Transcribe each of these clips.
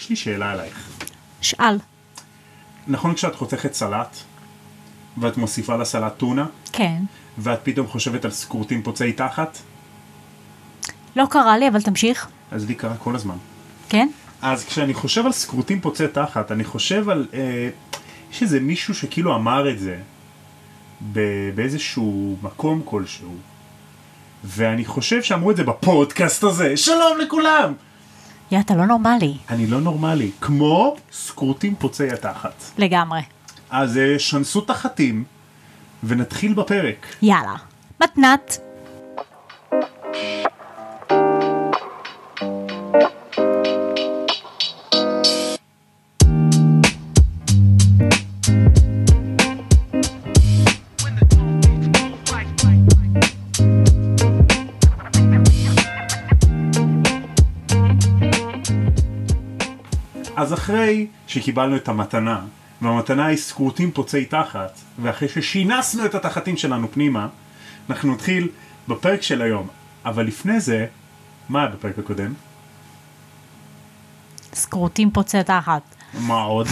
יש לי שאלה עלייך. שאל. נכון כשאת חותכת סלט, ואת מוסיפה לסלט טונה, כן. ואת פתאום חושבת על סקורטים פוצעי תחת? לא קרה לי, אבל תמשיך. אז לי קרה כל הזמן. כן? אז כשאני חושב על סקורטים פוצעי תחת, אני חושב על... יש איזה מישהו שכאילו אמר את זה באיזשהו מקום כלשהו. ואני חושב שאמרו את זה בפודקאסט הזה. שלום לכולם! אתה לא נורמלי. אני לא נורמלי. כמו סקורטים פוצעי התחת. לגמרי. אז שנסו תחתים, ונתחיל בפרק. יאללה. מתנת. אז אחרי שקיבלנו את המתנה, והמתנה היא סקורטים פוצעי תחת, ואחרי ששינסנו את התחתים שלנו פנימה, אנחנו נתחיל בפרק של היום. אבל לפני זה, מה היה בפרק הקודם? סקרוטים פוצעי תחת. מה עוד?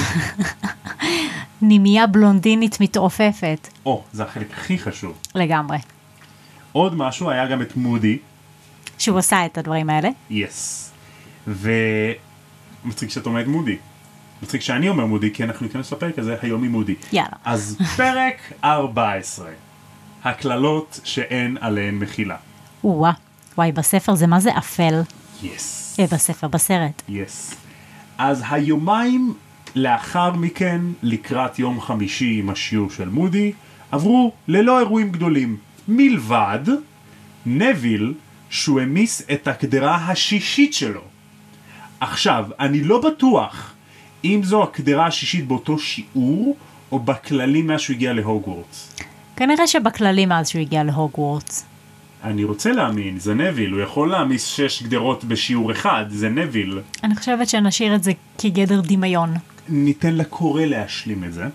נימיה בלונדינית מתעופפת. זה החלק הכי חשוב. לגמרי. עוד משהו, היה גם את מודי. שהוא עשה את הדברים האלה. יס. ומצחיק שאת אומרת מודי. מצחיק שאני אומר מודי, כי אנחנו ניכנס לפרק הזה היום עם מודי. יאללה. אז פרק 14. הכללות שאין עליהן מחילה. וואי, בספר זה מה זה אפל. יס. בספר, בסרט. יס. אז היומיים לאחר מכן, לקראת יום חמישי עם השיעור של מודי, עברו ללא אירועים גדולים. מלבד נביל, שהוא המיס את הקדרה השישית שלו. עכשיו, אני לא בטוח אם זו הקדרה השישית באותו שיעור, או בכללי מאז שהוא הגיע להוגוורטס. כנראה שבכללי מאז שהוא הגיע להוגוורטס. אני רוצה להאמין, זה נביל, הוא יכול להמיס 6 גדרות בשיעור אחד, זה נביל. אני חושבת שנשאיר את זה כגדר דמיון. ניתן לקורא להשלים את זה.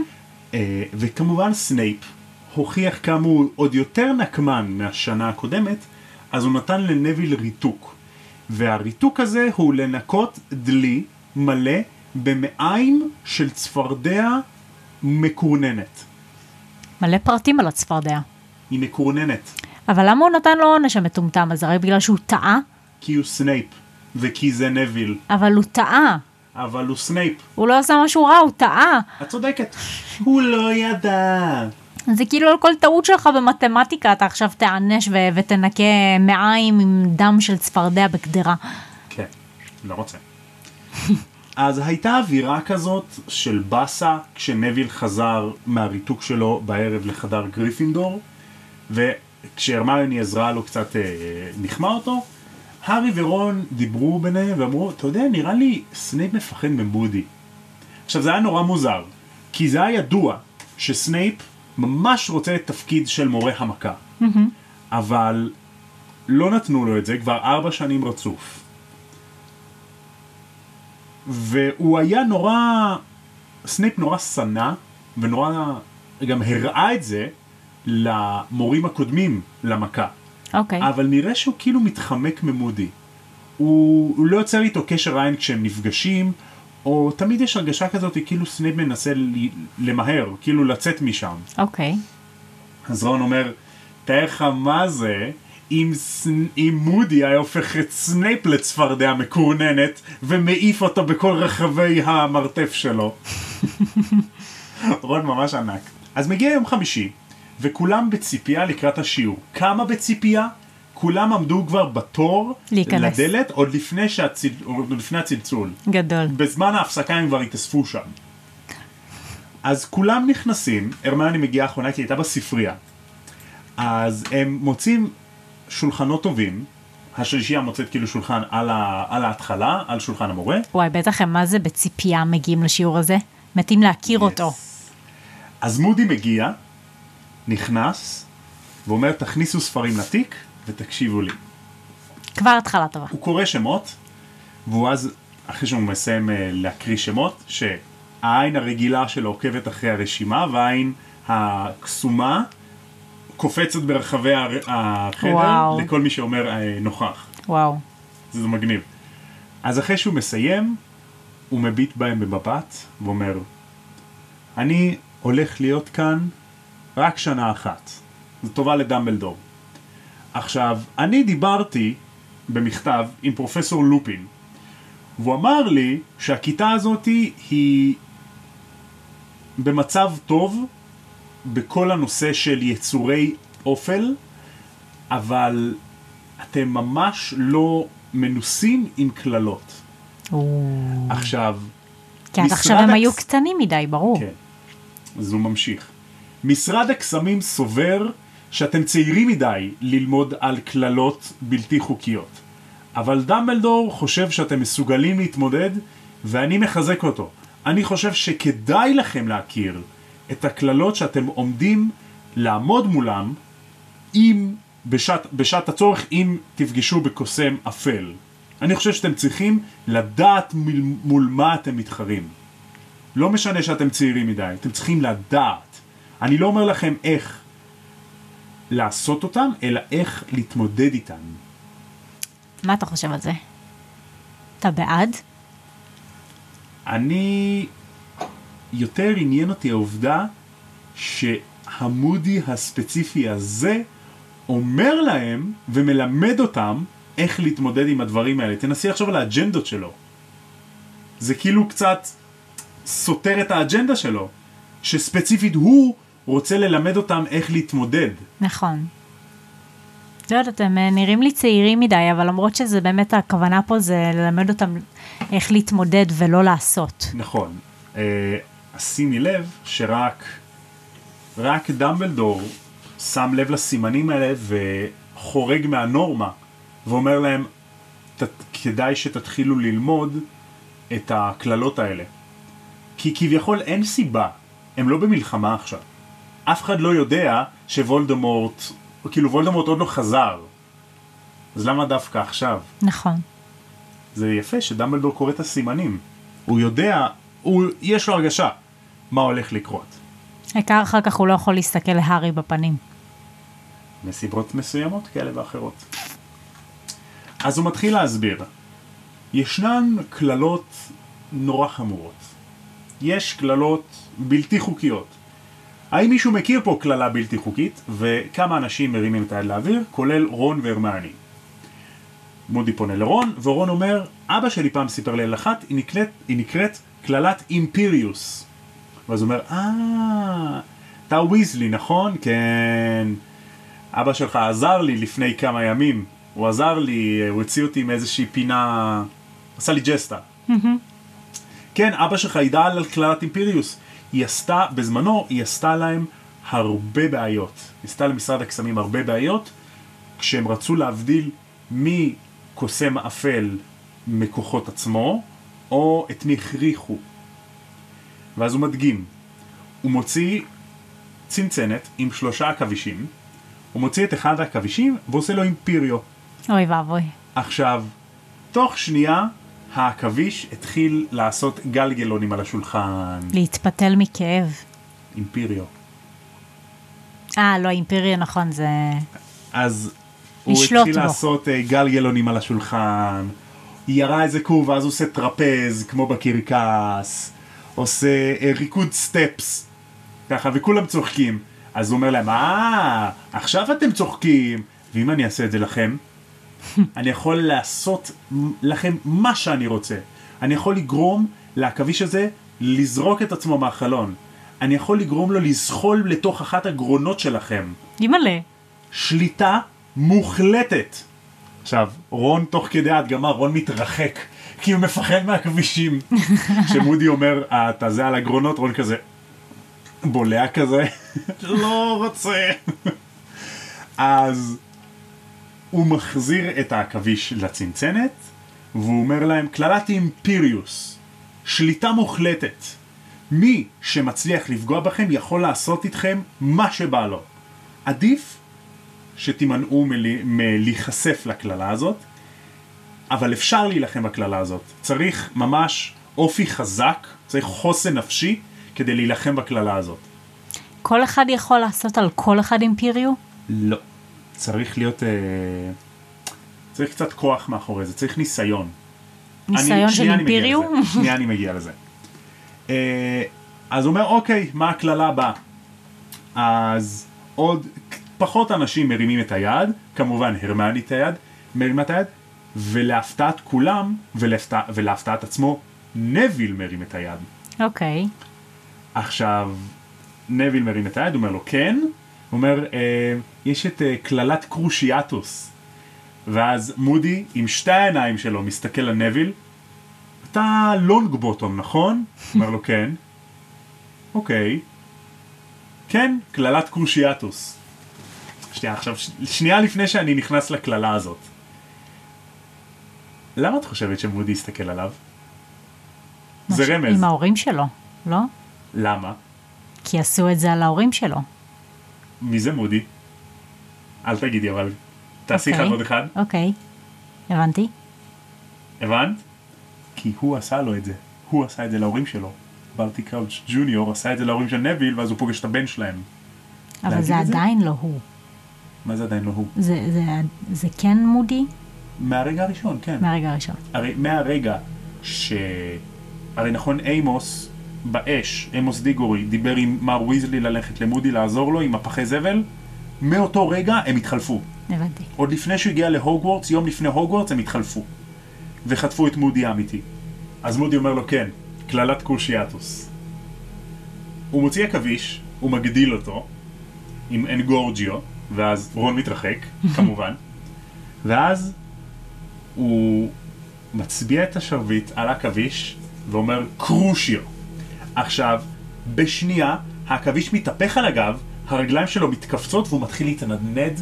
וכמובן סנייפ הוכיח כמה הוא עוד יותר נקמן מהשנה הקודמת, אז הוא נתן לנביל ריתוק. והריתוק הזה הוא לנקות דלי מלא במעיים של צפרדע מקורננת. מלא פרטים על הצפרדע. היא מקורננת. אבל למה הוא נתן לו עונש המטומטם הזה? הרי בגלל שהוא טעה? כי הוא סנייפ, וכי זה נביל. אבל הוא טעה. אבל הוא סנייפ. הוא לא עשה משהו רע, הוא טעה. את צודקת. הוא לא ידע. זה כאילו על כל טעות שלך במתמטיקה, אתה עכשיו תענש ותנקה מעיים עם דם של צפרדע בקדרה. כן, לא רוצה. אז הייתה אווירה כזאת של בסה, כשנביל חזר מהריתוק שלו בערב לחדר גריפינדור, וכשהרמיוני עזרה לו קצת נחמה אותו, הארי ורון דיברו ביניהם ואמרו, אתה יודע, נראה לי סנייפ מפחד ממודי. עכשיו זה היה נורא מוזר, כי זה היה ידוע שסנייפ ממש רוצה את תפקיד של מורה המכה. אבל לא נתנו לו את זה כבר 4 שנים רצוף. והוא היה נורא, סנייפ נורא שנא, ונורא גם הראה את זה למורים הקודמים למכה. אוקיי. אבל נראה שהוא כאילו מתחמק ממודי. הוא לא יוצר איתו קשר עין כשהם נפגשים, או תמיד יש הרגשה כזאת, כאילו סנייפ מנסה למהר, כאילו לצאת משם. אוקיי. אז רון אומר, תאר לך מה זה, אם מודי היה הופך את סנייפ לצפרדע מקורננת, ומעיף אותו בכל רחבי המרתף שלו. רון ממש ענק. אז מגיע יום חמישי, וכולם בציפייה לקראת השיעור. כמה בציפייה? כולם עמדו כבר בתור להיכנס. לדלת, עוד לפני הצלצול. גדול. בזמן ההפסקה הם כבר התאספו שם. אז כולם נכנסים, הרמיוני מגיעה האחרונה, כי הייתה בספרייה. אז הם מוצאים שולחנות טובים, השלישייה מוצאת כאילו שולחן על ההתחלה, על שולחן המורה. וואי, בטח הם מה זה בציפייה מגיעים לשיעור הזה? מתים להכיר אותו. אז מודי מגיע, נכנס, ואומר, תכניסו ספרים לתיק ותקשיבו לי. כבר התחלה טובה. הוא קורא שמות, והוא אז, אחרי שהוא מסיים להקריא שמות, שהעין הרגילה שלו עוקבת אחרי הרשימה, והעין הקסומה קופצת ברחבי החדר, וואו. לכל מי שאומר נוכח. וואו. זה מגניב. אז אחרי שהוא מסיים, הוא מביט בהם במבט ואומר, אני הולך להיות כאן רק שנה אחת. זו טובה לדמבלדור. עכשיו, אני דיברתי במכתב עם פרופסור לופין, והוא אמר לי שהכיתה הזאת היא במצב טוב בכל הנושא של יצורי אופל, אבל אתם ממש לא מנוסים עם כללות. עכשיו, כי עד עכשיו הם היו קטנים מדי, ברור. כן, אז הוא ממשיך. משרד הקסמים סובר שאתם צעירים מדי ללמוד על כללות בלתי חוקיות. אבל דמבלדור חושב שאתם מסוגלים להתמודד, ואני מחזק אותו. אני חושב שכדאי לכם להכיר את הכללות שאתם עומדים לעמוד מולם, בשעת הצורך, אם תפגשו בקוסם אפל. אני חושב שאתם צריכים לדעת מול מה אתם מתחרים. לא משנה שאתם צעירים מדי, אתם צריכים לדעת. אני לא אומר לכם איך לעשות אותם, אלא איך להתמודד איתם. מה אתה חושב על זה? אתה בעד? אני יותר עניין אותי העובדה שהמודי הספציפי הזה אומר להם ומלמד אותם איך להתמודד עם הדברים האלה. תנסי לחשוב על האג'נדות שלו. זה כאילו קצת סותר את האג'נדה שלו, שספציפית הוא רוצה ללמד אותם איך להתמודד. נכון. לא יודעת, הם נראים לי צעירים מדי, אבל למרות שזה באמת הכוונה פה זה ללמד אותם איך להתמודד ולא לעשות. נכון. שימי לב שרק דמבלדור שם לב לסימנים האלה וחורג מהנורמה, ואומר להם, כדאי שתתחילו ללמוד את הכללות האלה. כי כביכול אין סיבה, הם לא במלחמה עכשיו. אף אחד לא יודע שוולדמורט, כאילו וולדמורט עוד לא חזר. אז למה דווקא עכשיו? נכון. זה יפה שדמבלדור קורא את הסימנים. הוא יודע, יש לו הרגשה מה הולך לקרות. העיקר אחר כך הוא לא יכול להסתכל להארי בפנים. מסיבות מסוימות כאלה ואחרות. אז הוא מתחיל להסביר. ישנן כללות נורא חמורות. יש כללות בלתי חוקיות. האם מישהו מכיר פה כללה בלתי חוקית? וכמה אנשים מרימים את היד לאוויר, כולל רון והרמיוני. מודי פונה לרון, ורון אומר, אבא שלי פעם סיפר לי על אחת, היא נקראת כללת אימפיריוס. ואז הוא אומר, אתה ויזלי, נכון? כן. אבא שלך עזר לי לפני כמה ימים. הוא עזר לי, הוא הציע אותי מאיזושהי פינה, עשה לי ג'סטה. כן, אבא שלך ידע על כללת אימפיריוס. בזמנו היא עשתה להם הרבה בעיות. היא עשתה למשרד הקסמים הרבה בעיות, כשהם רצו להבדיל מקוסם אפל מכוחות עצמו, או את מי הכריחו. ואז הוא מדגים. הוא מוציא צנצנת עם 3 עכבישים, הוא מוציא את אחד העכבישים ועושה לו אימפיריו. אוי ואבוי. עכשיו, תוך שנייה, העכביש התחיל לעשות גלגלונים על השולחן. להתפתל מכאב. אימפיריו. לא, אימפיריו נכון, זה... אז הוא התחיל לעשות גלגלונים על השולחן, ירה איזה קוב, ואז הוא עושה טרפז, כמו בקרקס, עושה ריקוד סטפס, ככה, וכולם צוחקים. אז הוא אומר להם, עכשיו אתם צוחקים, ואם אני אעשה את זה לכם, אני יכול לעשות לכם מה שאני רוצה. אני יכול לגרום לעכביש הזה לזרוק את עצמו מהחלון. אני יכול לגרום לו לזחול לתוך אחת הגרונות שלכם. ימלא. שליטה מוחלטת. עכשיו, רון תוך כדי ההדגמה, רון מתרחק, כי הוא מפחד מהכבישים. שמודי אומר, אתה זה על הגרונות, רון כזה, בולע כזה, לא רוצה. אז הוא מחזיר את העכביש לצנצנת, והוא אומר להם, כללת אימפיריוס, שליטה מוחלטת. מי שמצליח לפגוע בכם יכול לעשות איתכם מה שבא לו. עדיף שתימנעו מלהיחשף לכללה הזאת, אבל אפשר להילחם בכללה הזאת. צריך ממש אופי חזק, צריך חוסן נפשי כדי להילחם בכללה הזאת. כל אחד יכול לעשות על כל אחד אימפיריו? לא. צריך להיות... צריך קצת כוח מאחורי זה, צריך ניסיון. ניסיון של שנייה אני מגיע אימפריום? לזה, שנייה אני מגיע לזה. אז הוא אומר, אוקיי, מה הכללה הבאה? אז עוד פחות אנשים מרימים את היד, כמובן הרמיוני את היד, מרימה את היד, ולהפתעת כולם, ולהפתעת עצמו, נביל מרים את היד. אוקיי. עכשיו, נביל מרים את היד, הוא אומר לו, כן? הוא אומר, יש את כללת קרושיאטוס. ואז מודי, עם שתי העיניים שלו, מסתכל על נביל, אתה לונג בוטום, נכון? הוא אומר לו, כן. אוקיי. כן, כללת קרושיאטוס. עכשיו, שנייה לפני שאני נכנס לכללה הזאת. למה את חושבת שמודי יסתכל עליו? זה רמז. עם ההורים שלו, לא? למה? כי עשו את זה על ההורים שלו. מי זה מודי? אל תגידי, אבל תעשי אחד עוד אחד. אוקיי, הבנתי. הבנת? כי הוא עשה לו את זה. הוא עשה את זה להורים שלו. ברטי קראוץ' ג'וניור עשה את זה להורים של נביל, ואז הוא פוגש את הבן שלהם. אבל זה עדיין לא הוא. מה זה עדיין לא הוא? זה כן מודי? מהרגע הראשון, כן. מהרגע הראשון. הרי מהרגע הרי נכון, אימוס באש, אימוס דיגורי, דיבר עם מר ויזלי ללכת למודי לעזור לו עם הפחי זבל, מאותו רגע הם התחלפו. הבנתי. עוד לפני שהוא הגיע להוגוורטס, יום לפני הוגוורטס הם התחלפו. וחטפו את מודי האמיתי. אז מודי אומר לו, כן, כללת קרושיאטוס. הוא מוציא עכביש, הוא מגדיל אותו, עם אנגורג'יו, ואז רון מתרחק, כמובן. ואז הוא מצביע את השרביט על עכביש, ואומר קרושיו. עכשיו, בשנייה, העכביש מתהפך על הגב, הרגליים שלו מתכווצות, והוא מתחיל להתנדנד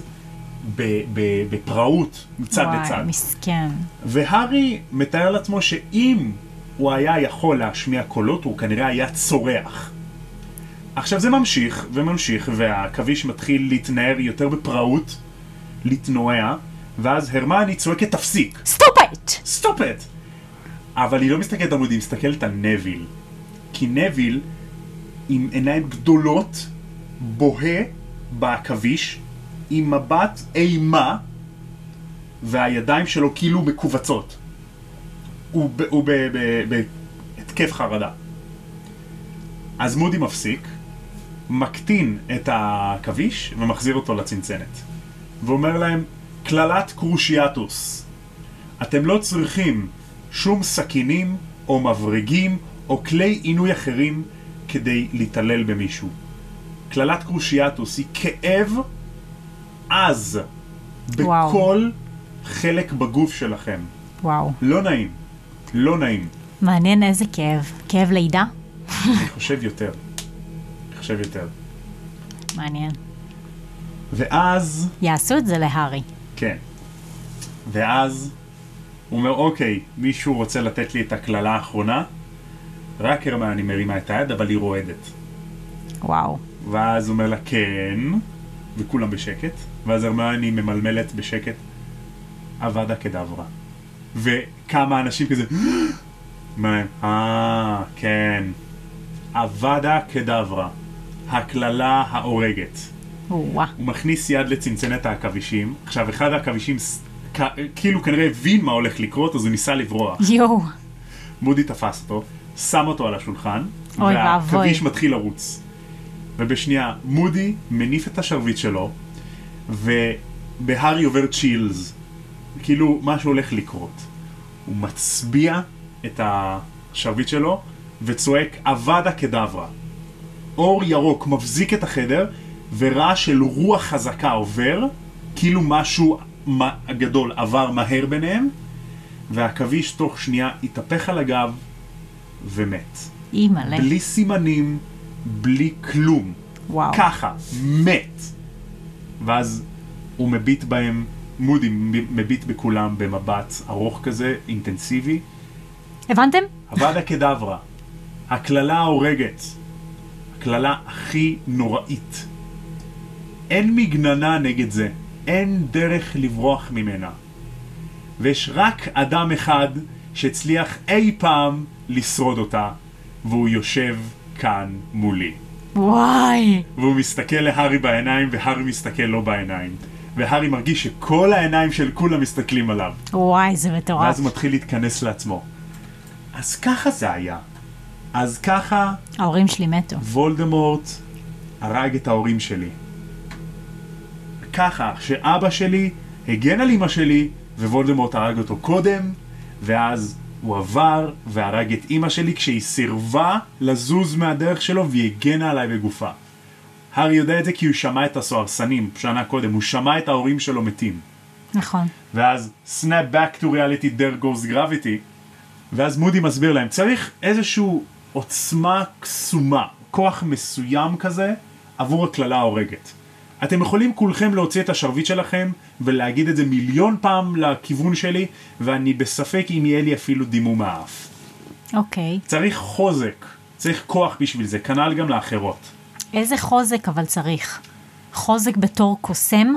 בפראות מצד לצד. וואי, מסכן. והארי מתאר לעצמו שאם הוא היה יכול להשמיע קולות, הוא כנראה היה צורח. עכשיו זה ממשיך וממשיך, והעכביש מתחיל להתנער יותר בפראות, להתנועע, ואז הרמיוני צועקת תפסיק. סטופ את! אבל היא לא מסתכלת על מודי, היא מסתכלת על נביל. כי נביל, עם עיניים גדולות, בוהה בעכביש, עם מבט אימה, והידיים שלו כאילו מקובצות. הוא בהתקף חרדה. אז מודי מפסיק, מקטין את העכביש ומחזיר אותו לצנצנת. ואומר להם, כללת קרושיאטוס. אתם לא צריכים שום סכינים או מברגים או כלי עינוי אחרים כדי להתעלל במישהו. כללת קרושיאטוס היא כאב עז בכל חלק בגוף שלכם. וואו. לא נעים. לא נעים. מעניין איזה כאב. כאב לידה? אני חושב יותר. מעניין. ואז... יעשו את זה להארי. כן. ואז הוא אומר, אוקיי, מישהו רוצה לתת לי את הכללה האחרונה? רק הרמיוני מרימה את היד, אבל היא רועדת. וואו. ואז הוא אומר לה, כן, וכולם בשקט. ואז הרמיוני ממלמלת בשקט, אבדה קדברה. וכמה אנשים כזה, כן. אבדה קדברה. הכללה ההורגת. וואו. הוא מכניס יד לצנצנת העכבישים. עכשיו, אחד העכבישים כאילו כנראה הבין מה הולך לקרות, אז הוא ניסה לברוח. יואו. מודי תפס אותו, שם אותו על השולחן, אוי ואבוי. והעכביש מתחיל לרוץ. ובשנייה, מודי מניף את השרביט שלו, ובהארי עובר צ'ילס. כאילו משהו הולך לקרות. הוא מצביע את השרביט שלו, וצועק אבדה קדברה. אור ירוק מבזיק את החדר, ורעש של רוח חזקה עובר, כאילו משהו גדול עבר מהר ביניהם, והעכביש תוך שנייה התהפך על הגב ומת. אימא'לה. בלי סימנים, בלי כלום. וואו. ככה, מת. ואז הוא מביט בהם, מודי מביט בכולם במבט ארוך כזה, אינטנסיבי. הבנתם? אבדה קדברה. הכללה ההורגת. הכללה הכי נוראית. אין מגננה נגד זה. אין דרך לברוח ממנה. ויש רק אדם אחד שהצליח אי פעם לשרוד אותה, והוא יושב כאן מולי. וואי. והוא מסתכל להארי בעיניים, והארי מסתכל לו בעיניים. והארי מרגיש שכל העיניים של כולם מסתכלים עליו. וואי, זה מטורף. ואז הוא מתחיל להתכנס לעצמו. אז ככה זה היה. אז ככה ההורים שלי מתו. וולדמורט הרג את ההורים שלי. ככה שאבא שלי הגן על אמא שלי ווולדמורט הרג אותו קודם, ואז הוא עבר והרג את אמא שלי כשהיא סירבה לזוז מהדרך שלו והיא הגנה עליי בגופה. הארי יודע את זה כי הוא שמע את הסוהרסנים שנה קודם, הוא שמע את ההורים שלו מתים. נכון. ואז snap back to reality, there goes gravity. ואז מודי מסביר להם, צריך איזשהו עוצמה קסומה, כוח מסוים כזה, עבור הכללה ההורגת. אתם יכולים כולכם להוציא את השרביט שלכם, ולהגיד את זה מיליון פעם לכיוון שלי, ואני בספק אם יהיה לי אפילו דימום מהאף. אוקיי. צריך חוזק, צריך כוח בשביל זה, כנ"ל גם לאחרות. איזה חוזק אבל צריך? חוזק בתור קוסם?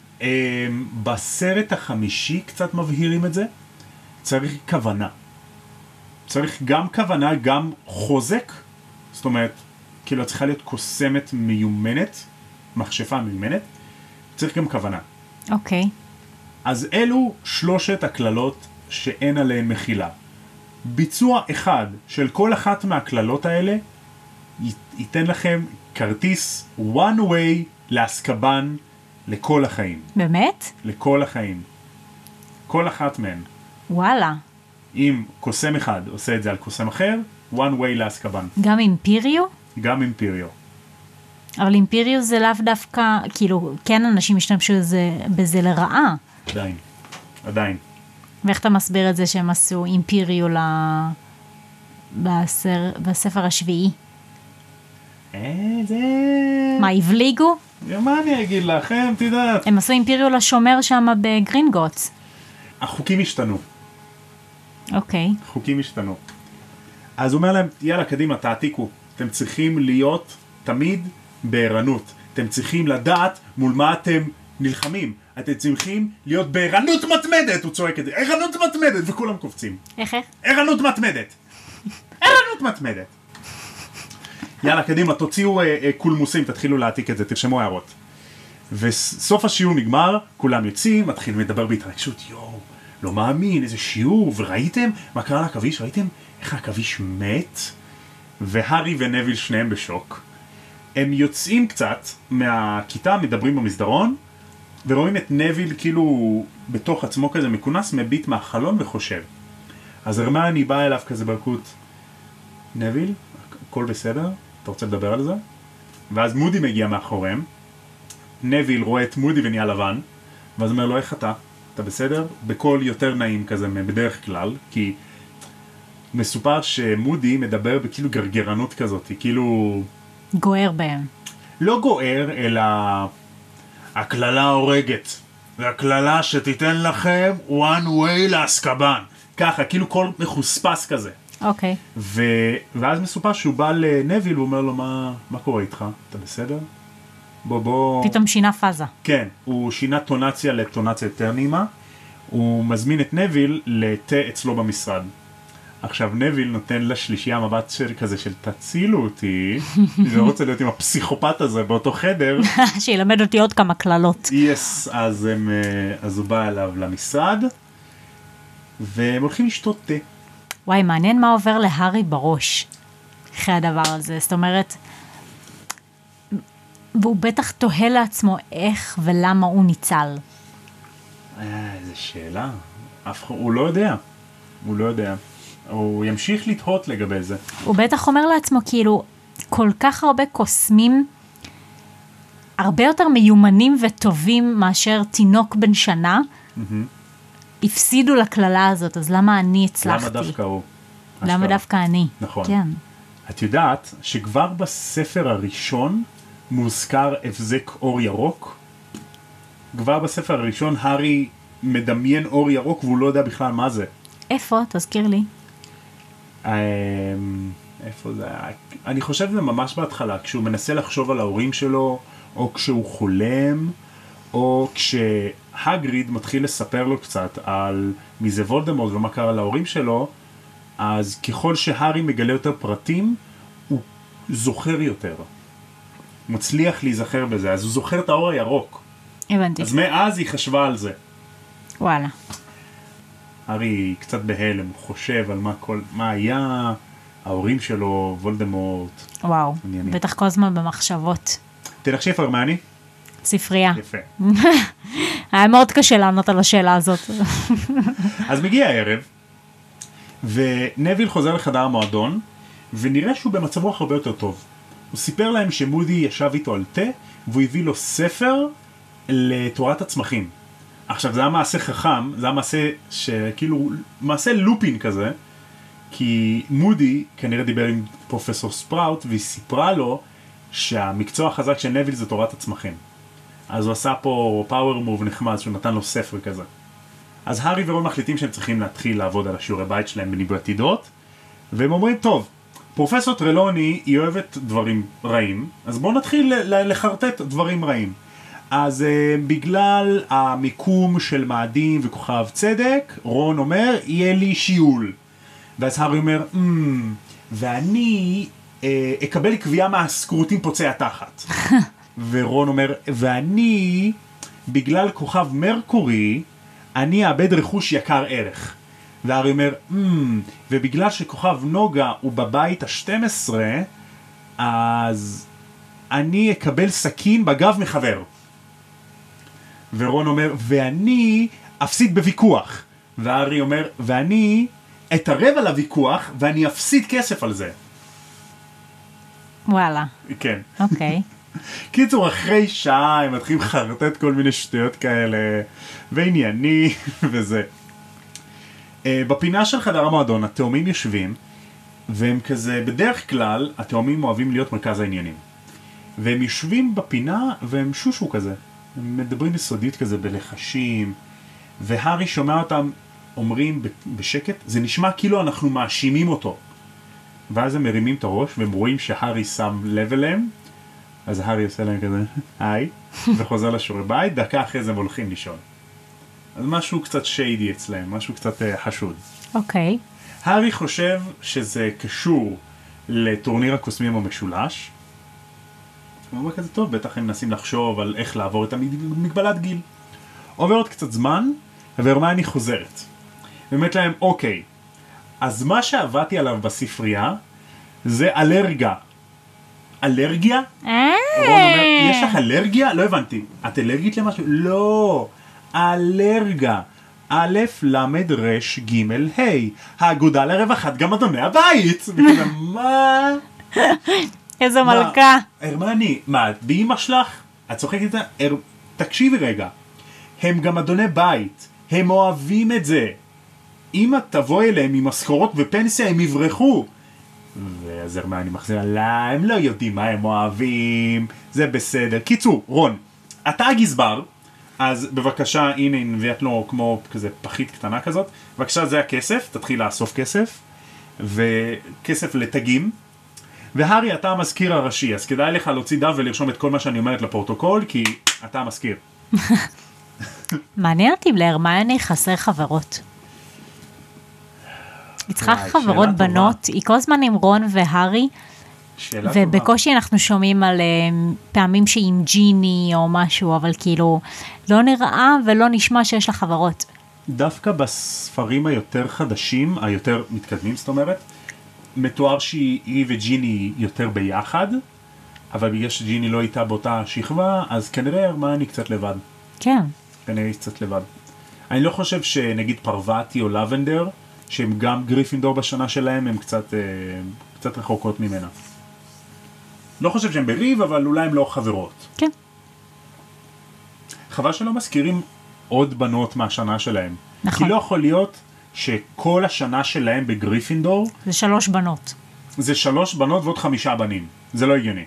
בסרט החמישי קצת מבהירים את זה, צריך כוונה. צריך גם כוונה, גם חוזק, זאת אומרת, כאילו צריכה להיות קוסמת מיומנת, מכשפה מיומנת, צריך גם כוונה. אוקיי. אז אלו שלושת הכללות שאין עליהן מחילה. ביצוע אחד של כל אחת מהכללות האלה, ייתן לכם כרטיס one way לאסקבן לכל החיים. באמת? לכל החיים. כל אחת מהן. וואלה. אם קוסם אחד עושה את זה על קוסם אחר, one way לאסקבן. גם אימפיריו? גם אימפיריו. אבל אימפיריו זה לאו דווקא, כאילו, כן אנשים משתמשו בזה לרעה. עדיין. עדיין. ואיך אתה מסביר את זה שהם עשו אימפיריו בספר השביעי? זה... מה, הבליגו? מה אני אגיד לכם, תדעת. הם עשו אימפיריו לשומר שם בגרינגוטס. החוקים השתנו. אוקיי. חוקים השתנו. אז הוא אומר להם, יאללה, קדימה, תעתיקו. אתם צריכים להיות תמיד בערנות. אתם צריכים לדעת מול מה אתם נלחמים. אתם צריכים להיות בערנות מתמדת, הוא צועק את זה. ערנות מתמדת, וכולם קופצים. איך? ערנות מתמדת. ערנות מתמדת. יאללה, קדימה, תוציאו קולמוסים, תתחילו להעתיק את זה, תרשמו הערות. וסוף השיעור נגמר, כולם יוצאים, מתחילים לדבר בהתרגשות, יואו, לא מאמין, איזה שיעור, וראיתם מה קרה לעכביש? ראיתם איך העכביש מת? והארי ונביל שניהם בשוק. הם יוצאים קצת מהכיתה, מדברים במסדרון, ורואים את נביל כאילו בתוך עצמו כזה מכונס, מביט מהחלון וחושב. אז הרמיוני באה אליו כזה ברכות, נביל, הכל בסדר? אתה רוצה לדבר על זה? ואז מודי מגיע מאחוריהם, נביל רואה את מודי ונהיה לבן, ואז אומר לו, איך אתה? אתה בסדר? בקול יותר נעים כזה בדרך כלל, כי מסופר שמודי מדבר בכאילו גרגרנות כזאת, כאילו... גוער בהם. לא גוער, אלא הכללה ההורגת. והכללה שתיתן לכם one way לאסקבן. ככה, כאילו קול מחוספס כזה. אוקיי. ואז מסופר שהוא בא לנביל, הוא אומר לו, מה קורה איתך? אתה בסדר? בוא... פתאום שינה פאזה. כן, הוא שינה טונציה לטונציה יותר נעימה. הוא מזמין את נביל לתה אצלו במשרד. עכשיו נביל נותן לשלישייה מבט כזה של תצילו אותי, אני לא רוצה להיות עם הפסיכופת הזה באותו חדר. שילמד אותי עוד כמה כללות. יס, אז הוא בא אליו למשרד, והם הולכים לשתות תה. וואי, מעניין מה עובר להארי בראש, אחרי הדבר הזה, זאת אומרת, והוא בטח תוהה לעצמו איך ולמה הוא ניצל. איזה שאלה, הוא לא יודע, הוא לא יודע. הוא ימשיך לתהות לגבי זה. הוא בטח אומר לעצמו, כאילו, כל כך הרבה קוסמים, הרבה יותר מיומנים וטובים מאשר תינוק בן שנה, הפסידו לכללה הזאת, אז למה אני הצלחתי? למה דווקא הוא? למה דווקא אני? נכון. כן. את יודעת שכבר בספר הראשון מוזכר הבזק אור ירוק? כבר בספר הראשון הארי מדמיין אור ירוק והוא לא יודע בכלל מה זה. איפה? תזכיר לי. איפה זה היה? אני חושב שזה ממש בהתחלה, כשהוא מנסה לחשוב על ההורים שלו, או כשהוא חולם, או כשהגריד מתחיל לספר לו קצת על מי זה וולדמורט ומה קרה להורים שלו, אז ככל שהארי מגלה יותר פרטים, הוא זוכר יותר. מצליח להיזכר בזה, אז הוא זוכר את האור הירוק. הבנתי. אז מאז היא חשבה על זה. וואלה. הארי קצת בהלם, הוא חושב על מה היה, ההורים שלו, וולדמורט. וואו, עניינים. בטח כל הזמן במחשבות. תנחשי איפה הרמיוני? ספרייה. יפה. היה מאוד קשה לענות על השאלה הזאת. אז מגיע הערב, ונביל חוזר לחדר המועדון, ונראה שהוא במצב רוח הרבה יותר טוב. הוא סיפר להם שמודי ישב איתו על תה, והוא הביא לו ספר לתורת הצמחים. עכשיו, זה היה מעשה חכם, זה היה מעשה שכאילו, מעשה לופין כזה, כי מודי כנראה דיבר עם פרופסור ספראוט, והיא סיפרה לו שהמקצוע החזק של נביל זה תורת הצמחים. אז הוא עשה פה פאוור מוב נחמד, שהוא נתן לו ספר כזה. אז הארי ורון מחליטים שהם צריכים להתחיל לעבוד על השיעורי בית שלהם בניבוי עתידות, והם אומרים, טוב, פרופסור טרלוני היא אוהבת דברים רעים, אז בואו נתחיל לחרטט דברים רעים. אז בגלל המיקום של מאדים וכוכב צדק, רון אומר, יהיה לי שיעול. ואז הארי אומר, ואני אקבל קביעה מהסקרוטים פוצעי התחת. ורון אומר, ואני, בגלל כוכב מרקורי, אני אאבד רכוש יקר ערך. והארי אומר, ובגלל שכוכב נוגה הוא בבית ה-12, אז אני אקבל סכין בגב מחבר. ורון אומר, ואני אפסיד בוויכוח. והארי אומר, ואני אתערב על הוויכוח, ואני אפסיד כסף על זה. וואלה. כן. אוקיי. קיצור, אחרי שעה הם מתחילים לחרטט כל מיני שטויות כאלה, וענייני וזה. בפינה של חדר המועדון, התאומים יושבים, והם כזה, בדרך כלל, התאומים אוהבים להיות מרכז העניינים. והם יושבים בפינה, והם שושו כזה. הם מדברים בסודית כזה, בלחשים, והארי שומע אותם אומרים בשקט, זה נשמע כאילו אנחנו מאשימים אותו. ואז הם מרימים את הראש, והם רואים שהארי שם לב אליהם, אז הארי עושה להם כזה, היי, וחוזר לשיעורי בית, דקה אחרי זה הם הולכים לישון. אז משהו קצת שיידי אצלהם, משהו קצת חשוד. אוקיי. הארי חושב שזה קשור לטורניר הקוסמים המשולש. הוא אומר כזה טוב, בטח הם מנסים לחשוב על איך לעבור את המגבלת גיל. עובר עוד קצת זמן, והרמיוני חוזרת. באמת להם, אוקיי, אז מה שעבדתי עליו בספרייה, זה אלרגיה. אלרגיה? רון אומר, יש לך אלרגיה? לא הבנתי. את אלרגית למשהו? לא. אלרגיה. א', למד, רש, ג', ה'. האגודה לרווחת גמדוני הבית. וכזה, מה? איזו מלכה. הרמיוני, מה, את באמא שלך? את צוחקת את זה? תקשיבי רגע. הם גמדוני בית. הם אוהבים את זה. אם את תבוא אליהם עם משכורות ופנסיה, הם יברחו. ואז הרמיוני מחזיר, לא, הם לא יודעים מה הם אוהבים, זה בסדר. קיצור, רון, אתה הגזבר, אז בבקשה, הנה, נביאת לו כמו כזה פחית קטנה כזאת, בבקשה, זה הכסף, תתחיל לאסוף כסף, וכסף לתגים, והארי, אתה המזכיר הראשי, אז כדאי לך להוציא דף ולרשום את כל מה שאני אומרת לפרוטוקול, כי אתה המזכיר. מעניין אותי, להרמיוני חסר חברות. היא צריכה חברות בנות, היא כל הזמן עם רון והארי, ובקושי אנחנו שומעים על פעמים שהיא עם ג'יני או משהו, אבל כאילו לא נראה ולא נשמע שיש לה חברות. דווקא בספרים היותר חדשים, היותר מתקדמים, זאת אומרת, מתואר שהיא וג'יני יותר ביחד, אבל בגלל שג'יני לא הייתה באותה שכבה, אז כנראה הרמיוני קצת לבד. כן. כנראה היא קצת לבד. אני לא חושב שנגיד פרווטי או לבנדר, שהם גם גריפינדור בשנה שלהם, הם קצת רחוקות ממנה. לא חושב שהם בריב, אבל אולי הם לא חברות. כן. חבל שלא מזכירים עוד בנות מהשנה שלהם. נכון. כי לא יכול להיות שכל השנה שלהם בגריפינדור... זה 3 בנות. זה 3 בנות ועוד 5 בנים. זה לא הגיוני.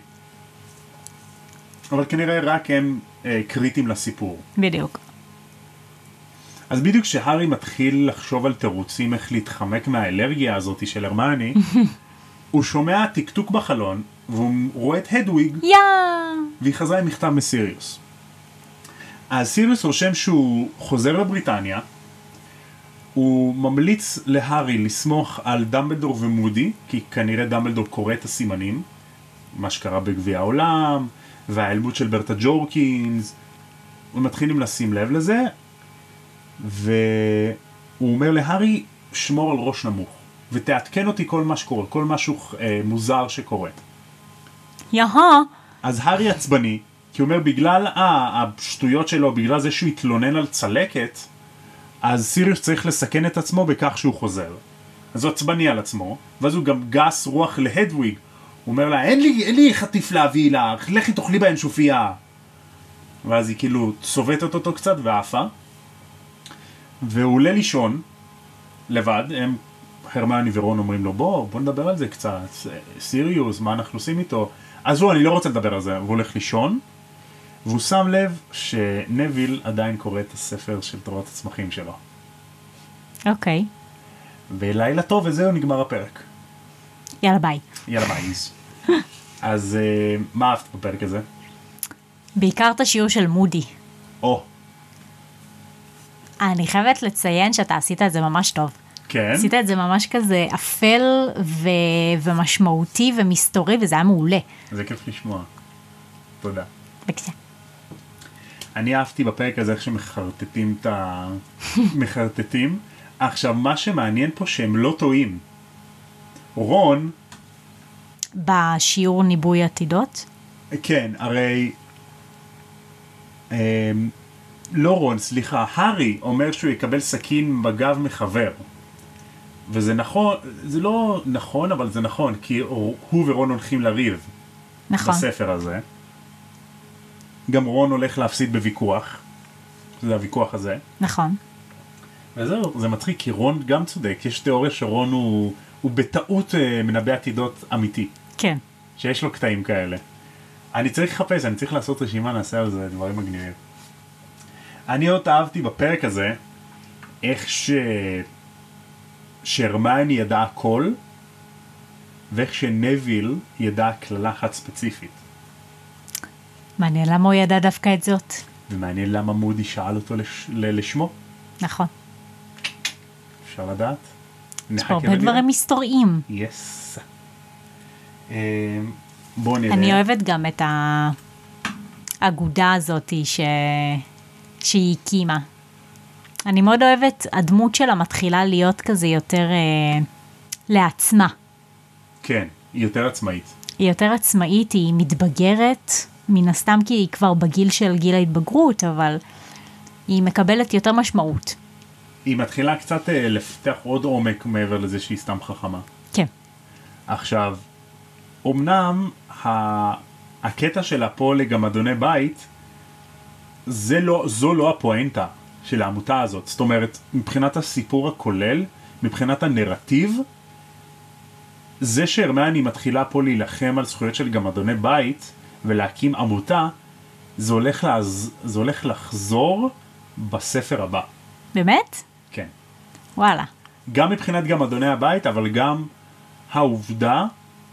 אבל כנראה רק הם קריטיים לסיפור. בדיוק. אז בדיוק כשהארי מתחיל לחשוב על תירוצים איך להתחמק מהאלרגיה הזאת של הרמיוני, הוא שומע טיקטוק בחלון, והוא רואה את הדוויג, והיא חזרה עם מכתב מסיריוס. אז סיריוס רושם שהוא חוזר לבריטניה, הוא ממליץ להארי לסמוך על דמבלדור ומודי, כי כנראה דמבלדור קורא את הסימנים, מה שקרה בגביע העולם, והאלמות של ברטה ג'ורקינס, ומתחילים לשים לב לזה, והוא הוא אומר להארי, שמור על ראש נמוך, ותעדכן אותי כל מה שקורה, כל משהו מוזר שקורה. אז הארי עצבני, כי הוא אומר, בגלל השטויות שלו, בגלל זה שהוא התלונן על צלקת, אז סיריוס צריך לסכן את עצמו בכך שהוא חוזר. אז הוא עצבני על עצמו, ואז הוא גם גס רוח להדוויג. הוא אומר לה, אין לי חטיף להביא לך, לכי תאכלי בהם שופיה. ואז היא כאילו צובטת אותו קצת ועפה. והוא עולה לישון, לבד, הרמיוני ורון אומרים לו, בוא נדבר על זה קצת, סיריוס, מה אנחנו עושים איתו? אז אני לא רוצה לדבר על זה, הוא הולך לישון, והוא שם לב שנביל עדיין קורא את הספר של תורת הצמחים שלו. אוקיי. ולילה טוב, וזהו, נגמר הפרק. יאללה ביי. יאללה ביי. אז מה אהבת בפרק הזה? בעיקר את השיעור של מודי. או. אני חייבת לציין שאתה עשית את זה ממש טוב. כן? עשית את זה ממש כזה אפל ומשמעותי ומסתורי, וזה היה מעולה. זה כיף לשמוע. תודה. בבקשה. אני אהבתי בפרק הזה איך שמחרטטים מחרטטים. עכשיו, מה שמעניין פה שהם לא טועים. רון... בשיעור ניבוי עתידות? כן, הרי... לא רון, סליחה, הארי אומר שהוא יקבל סכין בגב מחבר. וזה נכון, זה לא נכון, אבל זה נכון, כי הוא ורון הולכים לריב. נכון. בספר הזה. גם רון הולך להפסיד בוויכוח. זה הוויכוח הזה. נכון. וזהו, זה מצחיק, כי רון גם צודק. יש תיאוריה שרון הוא בטעות מנבא עתידות אמיתי. כן. שיש לו קטעים כאלה. אני צריך לחפש, אני צריך לעשות רשימה, נעשה על זה דברים מגניבים. אני עוד אהבתי בפרק הזה, איך שהרמיוני ידע הכל, ואיך שנביל ידע כללה אחת ספציפית. מעניין למה הוא ידע דווקא את זאת. ומעניין למה מודי שאל אותו לשמו. נכון. אפשר לדעת? יש פה הרבה דברים מסתוריים. יס. בוא נראה. אני אוהבת גם את האגודה הזאת שהיא הקימה. אני מאוד אוהבת, הדמות שלה מתחילה להיות כזה יותר לעצמה. כן, היא יותר עצמאית. היא יותר עצמאית, היא מתבגרת, מן הסתם כי היא כבר בגיל של גיל ההתבגרות, אבל היא מקבלת יותר משמעות. היא מתחילה קצת לפתח עוד עומק מעבר לזה שהיא סתם חכמה. כן. עכשיו, אמנם הקטע שלה פה לגמדוני בית, זו לא הפואנטה של העמותה הזאת. זאת אומרת, מבחינת הסיפור הכולל, מבחינת הנרטיב, זה שהרמיוני מתחילה פה להילחם על זכויות של גמדוני בית, ולהקים עמותה, זה הולך לחזור בספר הבא. באמת? כן. וואלה. גם מבחינת גמדוני הבית, אבל גם העובדה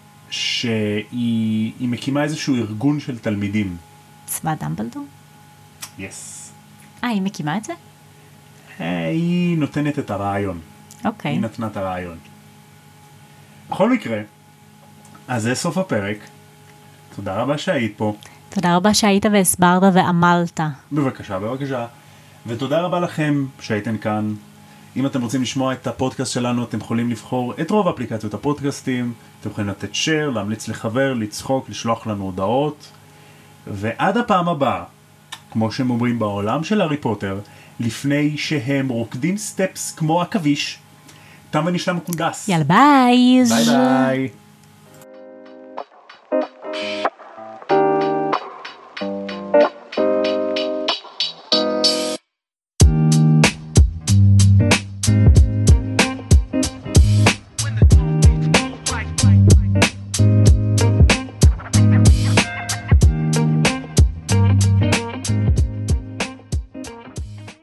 שהיא מקימה איזשהו ארגון של תלמידים. צבא דמבלדור? יס. היא מקימה את זה? היא נותנת את הרעיון. אוקיי. היא נתנה את הרעיון. בכל מקרה, אז זה סוף הפרק. תודה רבה שהיית פה. תודה רבה שהיית והסברת ועמלת. בבקשה, בבקשה. ותודה רבה לכם שהייתם כאן. אם אתם רוצים לשמוע את הפודקאסט שלנו, אתם יכולים לבחור את רוב אפליקציות הפודקאסטים. אתם יכולים לתת share, להמליץ לחבר, לצחוק, לשלוח לנו הודעות. ועד הפעם הבאה, כמו שהם אומרים בעולם של הארי פוטר, לפני שהם רוקדים סטפס כמו עכביש, תם ונשלם קונדס. יאללה ביי. ביי ביי.